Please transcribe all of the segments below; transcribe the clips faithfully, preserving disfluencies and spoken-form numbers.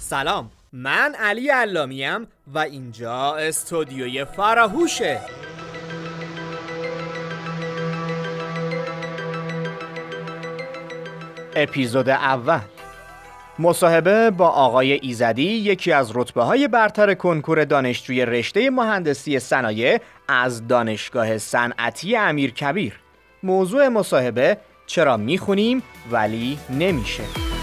سلام، من علی علامیم و اینجا استودیوی فراهوشه. اپیزود اول، مصاحبه با آقای ایزدی، یکی از رتبه‌های برتر کنکور دانشجوی رشته مهندسی صنایع از دانشگاه صنعتی امیرکبیر. موضوع مصاحبه: چرا میخونیم ولی نمیشه.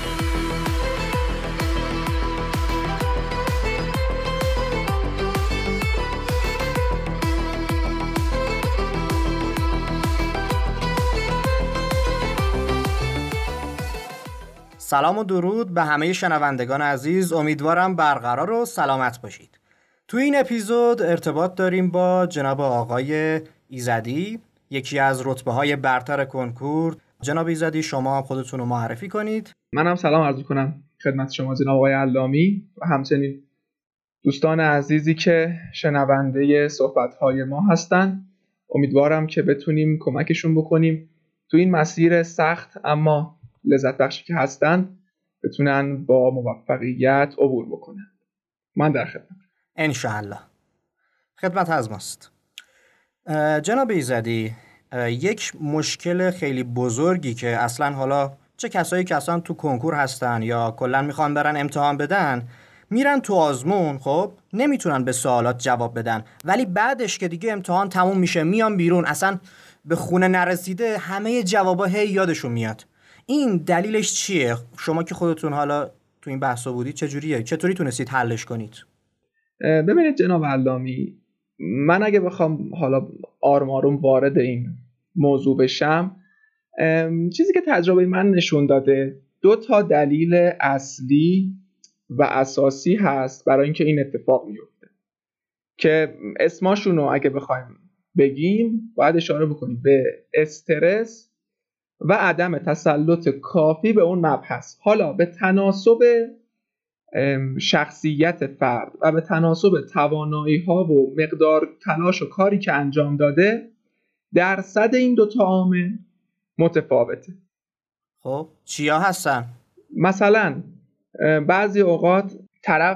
سلام و درود به همه شنوندگان عزیز، امیدوارم برقرار و سلامت باشید. تو این اپیزود ارتباط داریم با جناب آقای ایزدی، یکی از رتبه‌های برتر کنکور. جناب ایزدی، شما خودتون رو معرفی کنید. منم سلام عرض می‌کنم خدمت شما جناب آقای علامی و همچنین دوستان عزیزی که شنونده صحبت‌های ما هستن. امیدوارم که بتونیم کمکشون بکنیم تو این مسیر سخت اما لذت بخشی که هستن بتونن با موفقیت عبور بکنن. من در خدمت. انشاءالله. خدمت از ماست. جناب ایزدی، یک مشکل خیلی بزرگی که اصلا حالا چه کسایی که اصلا تو کنکور هستن یا کلا میخوان برن امتحان بدن، میرن تو آزمون، خب نمیتونن به سوالات جواب بدن، ولی بعدش که دیگه امتحان تموم میشه میان بیرون، اصلا به خونه نرسیده همه جوابا هی یادشون میاد. این دلیلش چیه؟ شما که خودتون حالا تو این بحثا بودید، چجوریه؟ چطوری تونستید حلش کنید؟ ببینید جناب علامی، من اگه بخوام حالا آروم آروم وارد این موضوع بشم، چیزی که تجربه من نشون داده دو تا دلیل اصلی و اساسی هست برای اینکه این اتفاق میفته که اسماشون رو اگه بخوایم بگیم باید اشاره بکنیم به استرس و عدم تسلط کافی به اون مبحث، حالا به تناسب شخصیت فرد و به تناسب توانایی‌ها و مقدار تلاش و کاری که انجام داده. درصد این دو تا عامل متفاوته. خب چیا هستن؟ مثلا بعضی اوقات طرف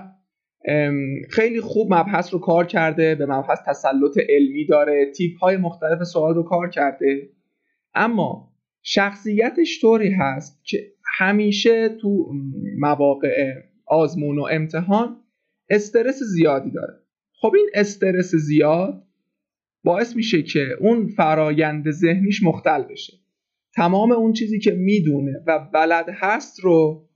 خیلی خوب مبحث رو کار کرده، به مبحث تسلط علمی داره، تیپ‌های مختلف سوال رو کار کرده، اما شخصیتش طوری هست که همیشه تو مواقع آزمون و امتحان استرس زیادی داره. خب این استرس زیاد باعث میشه که اون فرایند ذهنیش مختل بشه، تمام اون چیزی که میدونه و بلد هست رو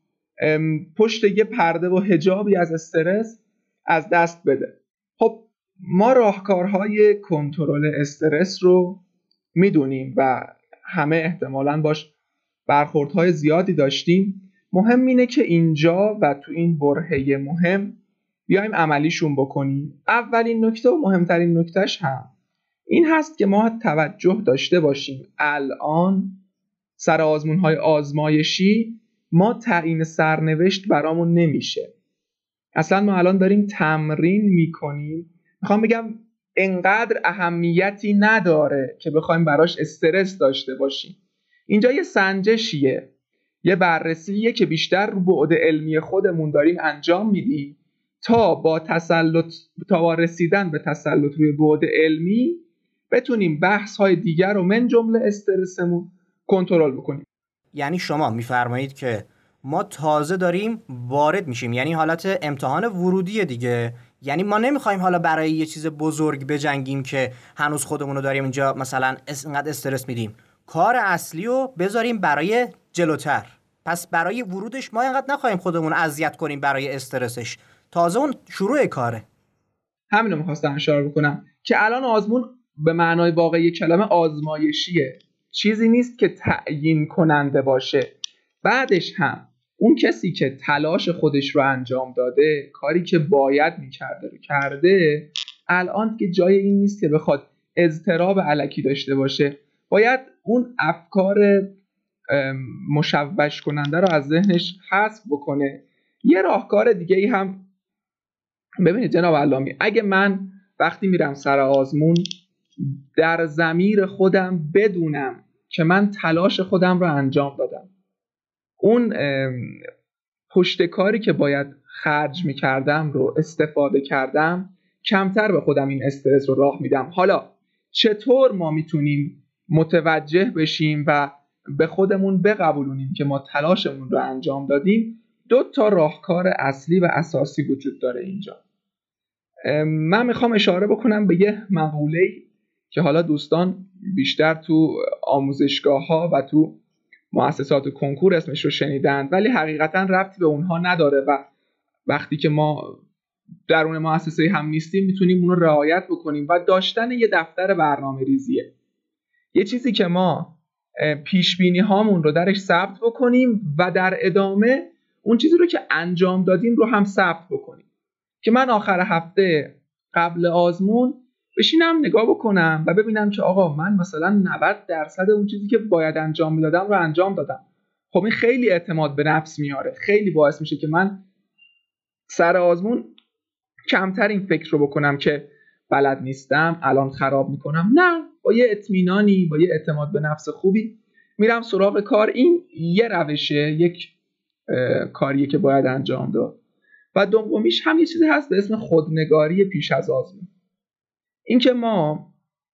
پشت یه پرده و حجابی از استرس از دست بده. خب ما راهکارهای کنترل استرس رو میدونیم و همه احتمالاً باش برخوردهای زیادی داشتیم. مهم اینه که اینجا و تو این برهه مهم بیایم عملیشون بکنیم. اولین نکته و مهمترین نکتهش هم این هست که ما توجه داشته باشیم الان سر آزمون‌های آزمایشی ما تعیین سرنوشت برامون نمیشه. اصلا ما الان داریم تمرین میکنیم. میخوام بگم انقدر اهمیتی نداره که بخوایم براش استرس داشته باشیم. اینجا یه سنجشیه، یه بررسیه که بیشتر رو بعد علمی خودمون داریم انجام میدیم تا با تسلط تا با رسیدن به تسلط روی بعد علمی بتونیم بحث‌های دیگر رو من جمله استرسمون کنترل بکنیم. یعنی شما میفرمایید که ما تازه داریم وارد میشیم، یعنی حالت امتحان ورودی دیگه. یعنی ما نمیخوایم حالا برای یه چیز بزرگ بجنگیم که هنوز خودمون رو داریم اینجا مثلا اینقدر استرس میدیم. کار اصلی رو بذاریم برای جلوتر. پس برای ورودش ما اینقدر نخواهیم خودمون اذیت کنیم برای استرسش. تازه اون شروع کاره. همین رو میخواستم اشاره بکنم که الان آزمون به معنای واقعی کلمه آزمایشیه، چیزی نیست که تعیین کننده باشه. بعدش هم اون کسی که تلاش خودش رو انجام داده، کاری که باید میکرده رو کرده، الان که جای این نیست که بخواد اضطراب الکی داشته باشه. باید اون افکار مشوش کننده رو از ذهنش حذف بکنه. یه راهکار دیگه ای هم ببینید جناب علامی، اگه من وقتی میرم سر آزمون در ضمیر خودم بدونم که من تلاش خودم رو انجام دادم، اون پشت کاری که باید خرج میکردم رو استفاده کردم، کمتر به خودم این استرس رو راه میدم. حالا چطور ما میتونیم متوجه بشیم و به خودمون بقبولونیم که ما تلاشمون رو انجام دادیم؟ دو تا راهکار اصلی و اساسی وجود داره اینجا. من میخوام اشاره بکنم به یه مقوله‌ای که حالا دوستان بیشتر تو آموزشگاه ها و تو مؤسسات کنکور اسمش رو شنیدن، ولی حقیقتا ربطی به اونها نداره و وقتی که ما درون مؤسسه هم نیستیم میتونیم اون رو رعایت بکنیم و داشتن یه دفتر برنامه ریزیه. یه چیزی که ما پیش بینی هامون رو درش ثبت بکنیم و در ادامه اون چیزی رو که انجام دادیم رو هم ثبت بکنیم، که من آخر هفته قبل آزمون بشینم نگاه بکنم و ببینم که آقا من مثلا نود درصد اون چیزی که باید انجام میدادم رو انجام دادم. خب این خیلی اعتماد به نفس میاره، خیلی باعث میشه که من سر آزمون کمتر این فکر رو بکنم که بلد نیستم الان خراب میکنم. نه، با یه اطمینانی، با یه اعتماد به نفس خوبی میرم سراغ کار. این یه روشه، یک کاریه که باید انجام داد. و دومیش هم یه چیزی هست به اسم خودنگاری پیش از آزمون. این که ما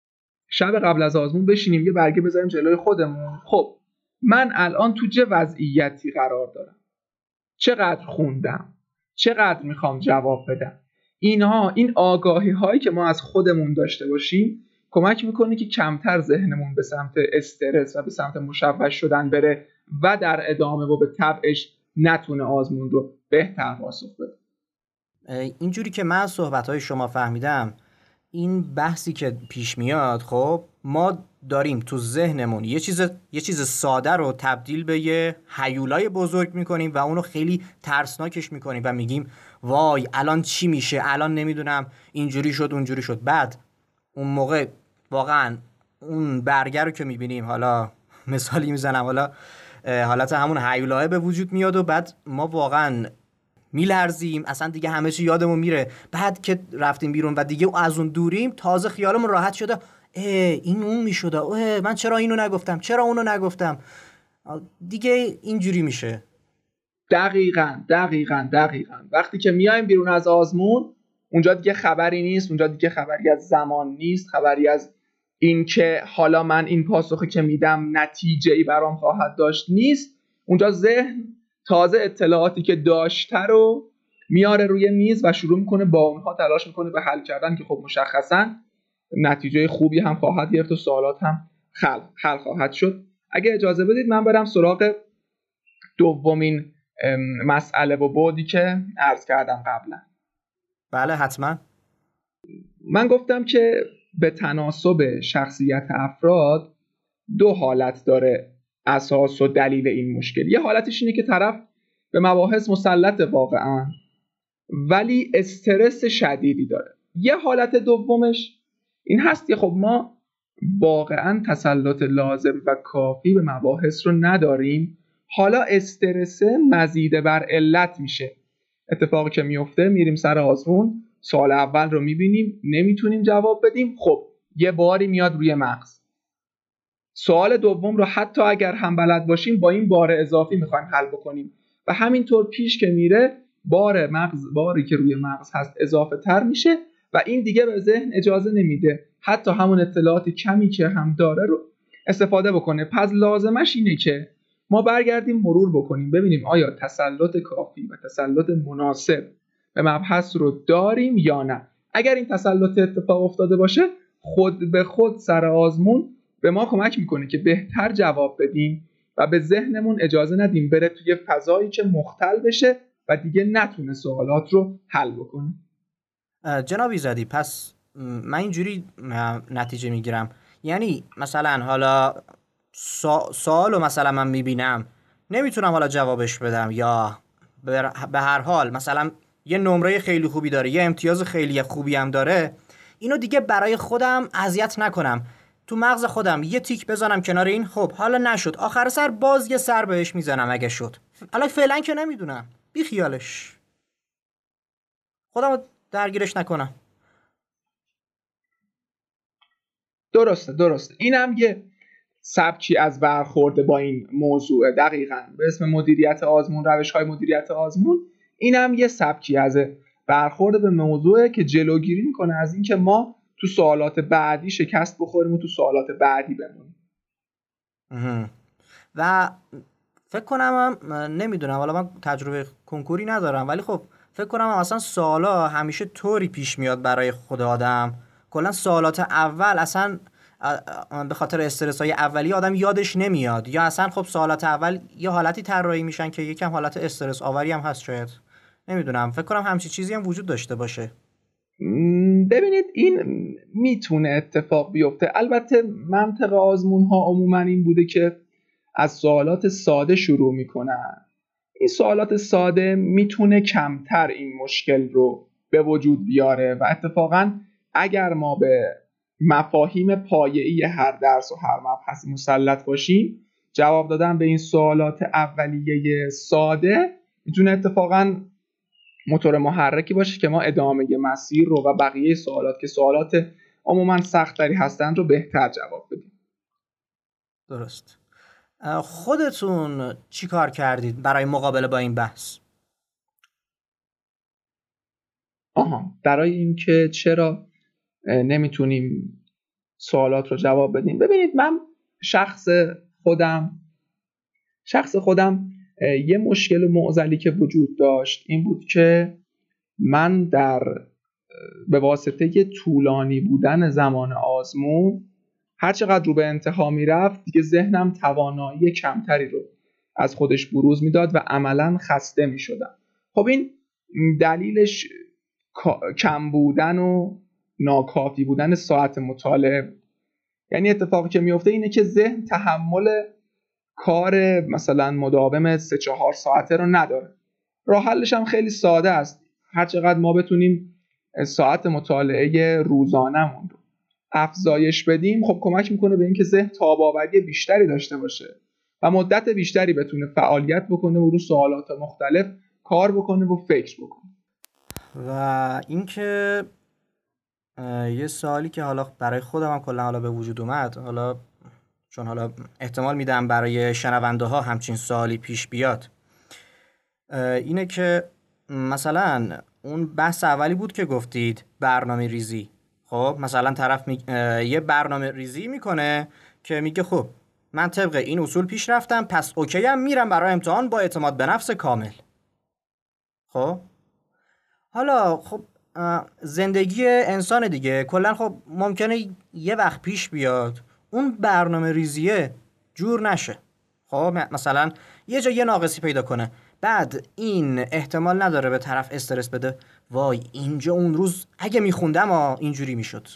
شب قبل از آزمون بشینیم یه برگه بذاریم جلوی خودمون، خب من الان تو چه وضعیتی قرار دارم، چقدر خوندم، چقدر میخوام جواب بدم. اینها، این آگاهی هایی که ما از خودمون داشته باشیم کمک میکنه که کمتر ذهنمون به سمت استرس و به سمت مشوش شدن بره و در ادامه و به طبعش نتونه آزمون رو بهتر پاسخ بده. اینجوری که من صحبت‌های شما فهمیدم، این بحثی که پیش میاد، خب ما داریم تو ذهنمون یه چیز یه چیز ساده رو تبدیل به یه هیولای بزرگ میکنیم و اونو خیلی ترسناکش میکنیم و میگیم وای الان چی میشه، الان نمیدونم اینجوری شد اونجوری شد. بعد اون موقع واقعا اون برگر رو که میبینیم، حالا مثالی میزنم، حالا حالت همون هیولای به وجود میاد و بعد ما واقعا میلرزیم، اصلا دیگه همه چی یادمون میره. بعد که رفتیم بیرون و دیگه از اون دوریم، تازه خیالمون راحت شده، اه این اون میشده، اه من چرا اینو نگفتم، چرا اونو نگفتم. دیگه اینجوری میشه. دقیقاً دقیقاً دقیقاً وقتی که میایم بیرون از آزمون، اونجا دیگه خبری نیست، اونجا دیگه خبری از زمان نیست، خبری از این که حالا من این پاسخی که میدم نتیجه‌ای برام خواهد داشت نیست. اونجا ذهن تازه اطلاعاتی که داشته رو میاره روی میز و شروع میکنه با اونها تلاش میکنه به حل کردن، که خب مشخصاً نتیجه خوبی هم خواهد گرفت و سوالات هم حل حل خواهد شد. اگه اجازه بدید من برم سراغ دومین مسئله و بعدی که عرض کردم قبلا. بله حتما. من گفتم که به تناسب شخصیت افراد دو حالت داره اساس و دلیل این مشکل. یه حالتش اینه که طرف به مباحث مسلط واقعا ولی استرس شدیدی داره. یه حالت دومش این هست که خب ما واقعا تسلط لازم و کافی به مباحث رو نداریم، حالا استرس مزید بر علت میشه. اتفاقی که میفته، میریم سر آزمون، سوال اول رو میبینیم نمیتونیم جواب بدیم، خب یه باری میاد روی مغز. سوال دوم رو حتی اگر هم بلد باشیم با این بار اضافی میخوایم حل بکنیم و همینطور پیش که میره بار مغز باری که روی مغز هست اضافه تر میشه و این دیگه به ذهن اجازه نمیده حتی همون اطلاعات کمی که هم داره رو استفاده بکنه. پس لازمش اینه که ما برگردیم مرور بکنیم ببینیم آیا تسلط کافی و تسلط مناسب به مبحث رو داریم یا نه. اگر این تسلط اتفاق افتاده باشه، خود به خود سر آزمون به ما کمک میکنه که بهتر جواب بدیم و به ذهنمون اجازه ندیم بره توی فضایی که مختل بشه و دیگه نتونه سوالات رو حل بکنه. جناب ایزدی، پس من اینجوری نتیجه میگیرم، یعنی مثلا حالا سوال رو مثلا من میبینم نمیتونم حالا جوابش بدم، یا به هر حال مثلا یه نمره خیلی خوبی داره، یه امتیاز خیلی خوبی هم داره، اینو دیگه برای خودم اذیت نکنم، تو مغز خودم یه تیک بزنم کنار این، خب حالا نشد، آخر سر باز یه سر بهش میزنم اگه شد، حالا فعلا که نمیدونم، بی خیالش، خودم درگیرش نکنم. درسته درسته اینم یه سبکی از برخورد با این موضوع. دقیقاً به اسم مدیریت آزمون، روش‌های مدیریت آزمون، اینم یه سبکی از برخورد به موضوعه که جلوگیری میکنه از اینکه ما تو سوالات بعدی شکست بخوریم و تو سوالات بعدی بمونیم. و فکر کنم هم نمیدونم، حالا من تجربه کنکوری ندارم، ولی خب فکر کنم هم اصلا سوالا همیشه طوری پیش میاد برای خود آدم، کلا سوالات اول اصلا به خاطر استرس های اولی آدم یادش نمیاد، یا اصلا خب سوالات اول یه حالتی طراحی میشن که یکم حالت استرس آوری هم هست شاید، نمیدونم، فکر کنم همچین چیزی هم وجود داشته باشه. ببینید این میتونه اتفاق بیفته. البته منطق آزمون ها عموما این بوده که از سوالات ساده شروع میکنن. این سوالات ساده میتونه کمتر این مشکل رو به وجود بیاره و اتفاقا اگر ما به مفاهیم پایه‌ای هر درس و هر مبحثی مسلط باشیم، جواب دادن به این سوالات اولیه ساده میتونه اتفاقا موتور محرکی باشه که ما ادامه مسیر رو و بقیه سوالات که سوالات عموما سخت‌تری هستند رو بهتر جواب بدیم. درست. خودتون چی کار کردید برای مقابله با این بحث؟ آها، برای اینکه چرا نمیتونیم سوالات رو جواب بدیم. ببینید من شخص خودم شخص خودم یه مشکل و معضلی که وجود داشت این بود که من در به واسطه یه طولانی بودن زمان آزمون هر چقدر رو به انتها میرفت دیگه ذهنم توانایی کمتری رو از خودش بروز میداد و عملاً خسته میشدم. خب این دلیلش کم بودن و ناکافی بودن ساعت مطالعه، یعنی اتفاقی که میفته اینه که ذهن تحمل کار مثلا مداوم سه چهار ساعته رو نداره. راه حلش هم خیلی ساده است. هر چقدر ما بتونیم ساعت مطالعه روزانمون رو افزایش بدیم، خب کمک میکنه به اینکه ذهن تاب‌آوری بیشتری داشته باشه و مدت بیشتری بتونه فعالیت بکنه و رو سوالات مختلف کار بکنه و فکر بکنه. و اینکه یه سوالی که حالا برای خودم هم کلا حالا به وجود اومد، حالا چون حالا احتمال میدم برای شنونده ها همچین سوالی پیش بیاد، اینه که مثلا اون بحث اولی بود که گفتید برنامه ریزی. خب مثلا طرف می... یه برنامه ریزی میکنه که میگه خب من طبق این اصول پیش رفتم، پس اوکی هم میرم برای امتحان با اعتماد به نفس کامل. خب حالا خب زندگی انسان دیگه کلا خب ممکنه یه وقت پیش بیاد اون برنامه ریزیه جور نشه. خب مثلا یه جا یه ناقصی پیدا کنه، بعد این احتمال نداره به طرف استرس بده وای اینجا اون روز اگه میخوندم آ اینجوری میشد.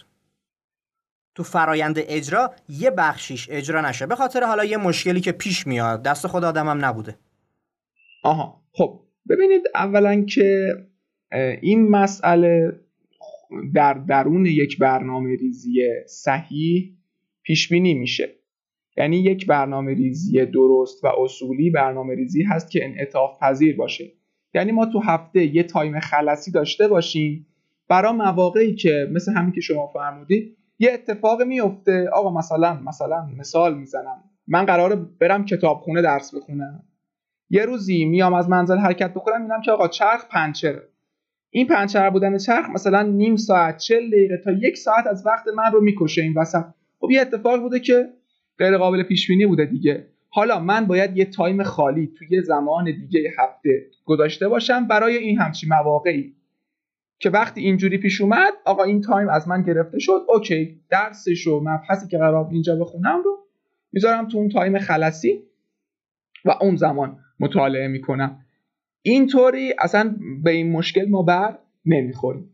تو فرایند اجرا یه بخشیش اجرا نشه به خاطر حالا یه مشکلی که پیش میاد، دست خود آدمم نبوده. آها خب ببینید اولا که این مسئله در درون یک برنامه ریزی صحیح پیش بینی میشه. یعنی یک برنامه ریزی درست و اصولی برنامه ریزی هست که انعطاف پذیر باشه. یعنی ما تو هفته یه تایم خلاصی داشته باشیم برای مواقعی که مثل همین که شما فرمودید یه اتفاق میفته. آقا مثلا مثلا مثال میزنم، من قراره برم کتابخونه درس بخونم، یه روزی میام از منزل حرکت بکنم میبینم که آقا چرخ پنچره. این پنچر بودن چرخ مثلا نیم ساعت چهل دقیقه تا یک ساعت از وقت من رو میکشه این وسط. خب یه اتفاق بوده که غیر قابل پیش بینی بوده دیگه. حالا من باید یه تایم خالی توی یه زمان دیگه هفته گذاشته باشم برای این همچین مواقعی که وقتی اینجوری پیش اومد آقا این تایم از من گرفته شد، اوکی درسش و مبحثی که قرار اینجا بخونم رو میذارم تو اون تایم خلاصی و اون زمان مطالعه میکنم. اینطوری اصلا به این مشکل ما بر نمیخوریم.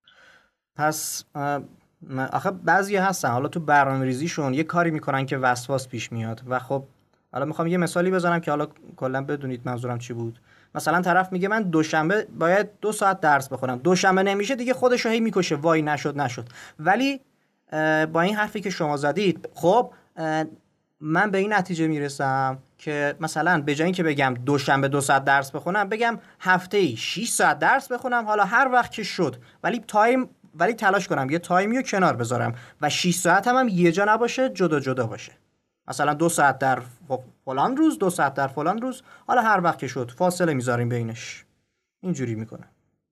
پس آخه بعضی هستن حالا تو برنامه‌ریزیشون یه کاری میکنن که وسواس پیش میاد و خب حالا میخوام یه مثالی بزنم که حالا کلا بدونید منظورم چی بود. مثلا طرف میگه من دوشنبه باید دو ساعت درس بخونم، دوشنبه نمیشه دیگه خودشو هی میکشه وای نشد نشد. ولی با این حرفی که شما زدید خب من به این نتیجه میرسم که مثلا به جای اینکه بگم دوشنبه دو ساعت درس بخونم بگم هفته‌ای شش ساعت درس بخونم، حالا هر وقت که شد ولی تایم ولی تلاش کنم یه تایمی رو کنار بذارم و شش ساعت هم, هم یه جا نباشه، جدا جدا باشه. مثلا دو ساعت در فلان روز، دو ساعت در فلان روز، حالا هر وقت که شد فاصله میذاریم بینش. اینجوری میکنه.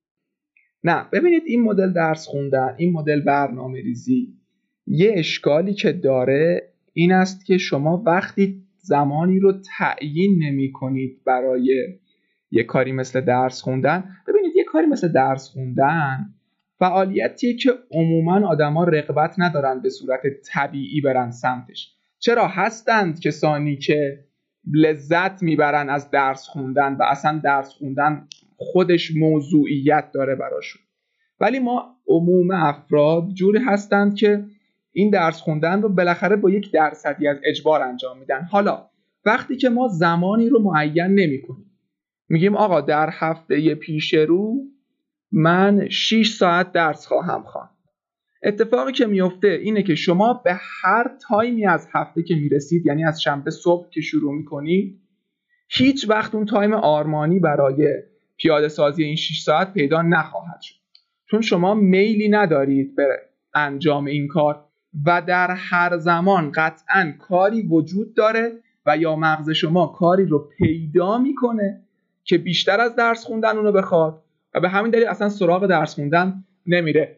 نه ببینید، این مدل درس خوندن، این مدل برنامه ریزی، یه اشکالی که داره این است که شما وقتی زمانی رو تعیین نمی کنید برای یه کاری مثل درس خوندن، ببینید یه کاری مثل درس خوندن فعالیتیه که عموماً آدما رغبت ندارن به صورت طبیعی برن سمتش. چرا؟ هستند کسانی که لذت میبرن از درس خوندن و اصلا درس خوندن خودش موضوعیت داره براشون، ولی ما عموم افراد جوری هستند که این درس خوندن رو بالاخره با یک درصدی از اجبار انجام میدن. حالا وقتی که ما زمانی رو معین نمی کنیم، میگیم آقا در هفته پیش رو من شش ساعت درس خواهم خواند، اتفاقی که میفته اینه که شما به هر تایمی از هفته که میرسید، یعنی از شنبه صبح که شروع میکنید، هیچ وقت اون تایم آرمانی برای پیاده سازی این شش ساعت پیدا نخواهد شد، چون شما میلی ندارید به انجام این کار و در هر زمان قطعاً کاری وجود داره و یا مغز شما کاری رو پیدا میکنه که بیشتر از درس خوندن اونو بخواد و به همین دلیل اصلا سراغ درس خوندن نمیره.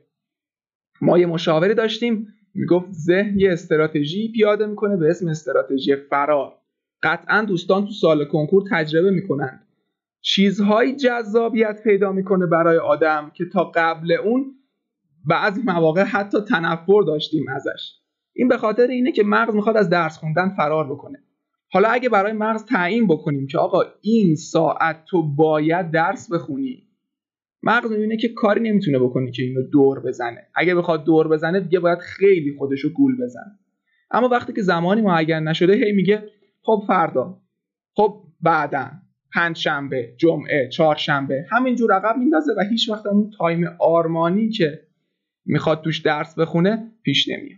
ما یه مشاوری داشتیم میگفت ذهن یه استراتژی پیاده میکنه به اسم استراتژی فرار. قطعاً دوستان تو سال کنکور تجربه میکنن، چیزهای جذابیت پیدا میکنه برای آدم که تا قبل اون بعضی مواقع حتی تنفر داشتیم ازش. این به خاطر اینه که مغز میخواد از درس خوندن فرار بکنه. حالا اگه برای مغز تعیین بکنیم که آقا این ساعت تو باید درس بخونی، مغز میبینه که کاری نمیتونه بکنه که اینو دور بزنه. اگه بخواد دور بزنه دیگه باید خیلی خودشو گول بزنه. اما وقتی که زمانی معین نشده، هی میگه خب فردا، خب بعداً، پنج شنبه، جمعه، چهارشنبه، همینجور عقب میندازه و هیچ وقت اون تایم آرمانی که میخواد توش درس بخونه پیش نمیاد.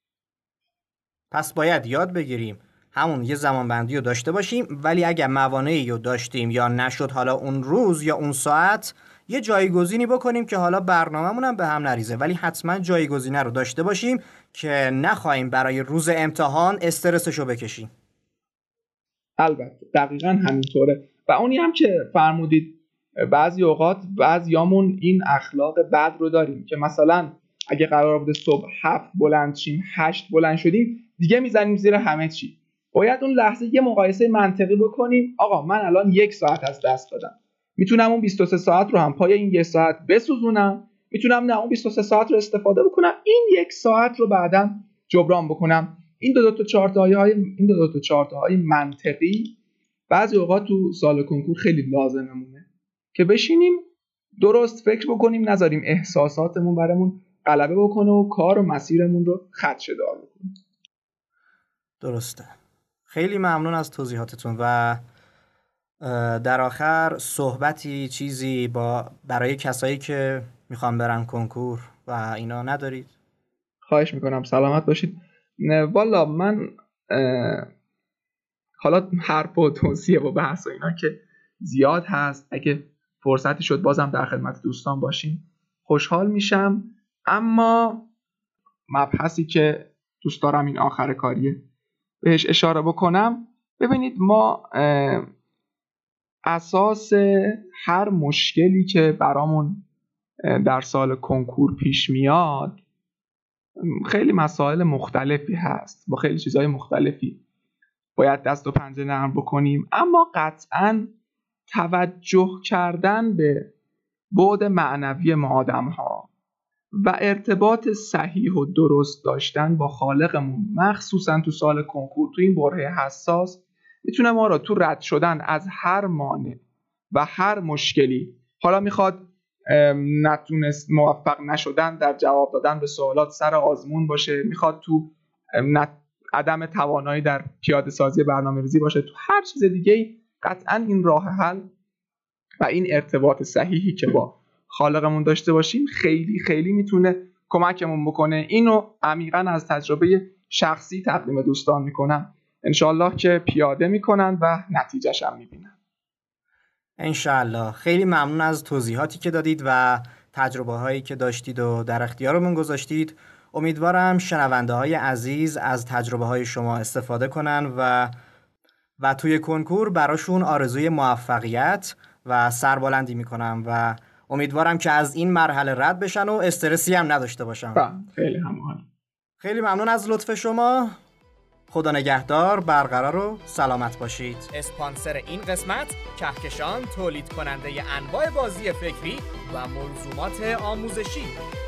پس باید یاد بگیریم همون یه زمانبندی رو داشته باشیم، ولی اگر موانعی رو داشتیم یا نشد حالا اون روز یا اون ساعت، یه جایگزینی بکنیم که حالا برنامه‌مون هم به هم نریزه، ولی حتما جایگزینه رو داشته باشیم که نخواهیم برای روز امتحان استرسشو بکشیم. البته دقیقاً همینطوره. و اونی هم که فرمودید بعضی اوقات بعضیامون این اخلاق بد رو داریم که مثلا اگه قرار بوده صبح هفت بلند شیم، هشت بلند شدیم، دیگه میزنیم زیر همه چی. باید اون لحظه یه مقایسه منطقی بکنیم. آقا من الان یک ساعت از دست دادم، میتونم اون بیست و سه ساعت رو هم پای این یک ساعت بسوزونم، میتونم نه اون بیست و سه ساعت رو استفاده بکنم این یک ساعت رو بعداً جبران بکنم. این دو دو تا چارتاهای این دو دو تا چارتاهای منطقی بعضی اوقات تو سال کنکور خیلی لازممونه که بشینیم درست فکر بکنیم، نذاریم احساساتمون برامون غلبه بکنه و کار و مسیرمون رو خدشه‌دار بکنه. درسته. خیلی ممنون از توضیحاتتون و در آخر صحبتی چیزی با برای کسایی که میخوان برن کنکور و اینا ندارید؟ خواهش میکنم، سلامت باشید. والا من حالا حرف و توصیه و بحث و اینا که زیاد هست، اگه فرصتی شد بازم در خدمت دوستان باشیم خوشحال میشم. اما مبحثی که دوست دارم این آخر کاریه بهش اشاره بکنم، ببینید ما اساس هر مشکلی که برامون در سال کنکور پیش میاد خیلی مسائل مختلفی هست، با خیلی چیزهای مختلفی باید دست و پنجه نرم بکنیم، اما قطعاً توجه کردن به بعد معنوی ما آدم‌ها و ارتباط صحیح و درست داشتن با خالقمون، مخصوصاً تو سال کنکور، تو این برهه حساس، میتونه ما را تو رد شدن از هر مانع و هر مشکلی، حالا میخواد نتونست موفق نشدن در جواب دادن به سوالات سر آزمون باشه، میخواد تو عدم توانایی در پیاده سازی برنامه‌ریزی باشه، تو هر چیز دیگه‌ای، قطعاً این راه حل و این ارتباط صحیحی که با خالقمون داشته باشیم خیلی خیلی میتونه کمکمون بکنه. اینو عمیقاً از تجربه شخصی تقدیم دوستان میکنم، انشالله که پیاده میکنن و نتیجهش هم میبینن. انشالله. خیلی ممنون از توضیحاتی که دادید و تجربه هایی که داشتید و در اختیارمون گذاشتید. امیدوارم شنونده های عزیز از تجربه های شما استفاده کنن و و توی کنکور براشون آرزوی موفقیت و سربلندی میکنم و امیدوارم که از این مرحله رد بشن و استرسی هم نداشته باشم. خیلی همون. خیلی ممنون از لطف شما. خدا نگهدار، برقرار و سلامت باشید. اسپانسر این قسمت کهکشان، تولید کننده انواع بازی فکری و ملزومات آموزشی.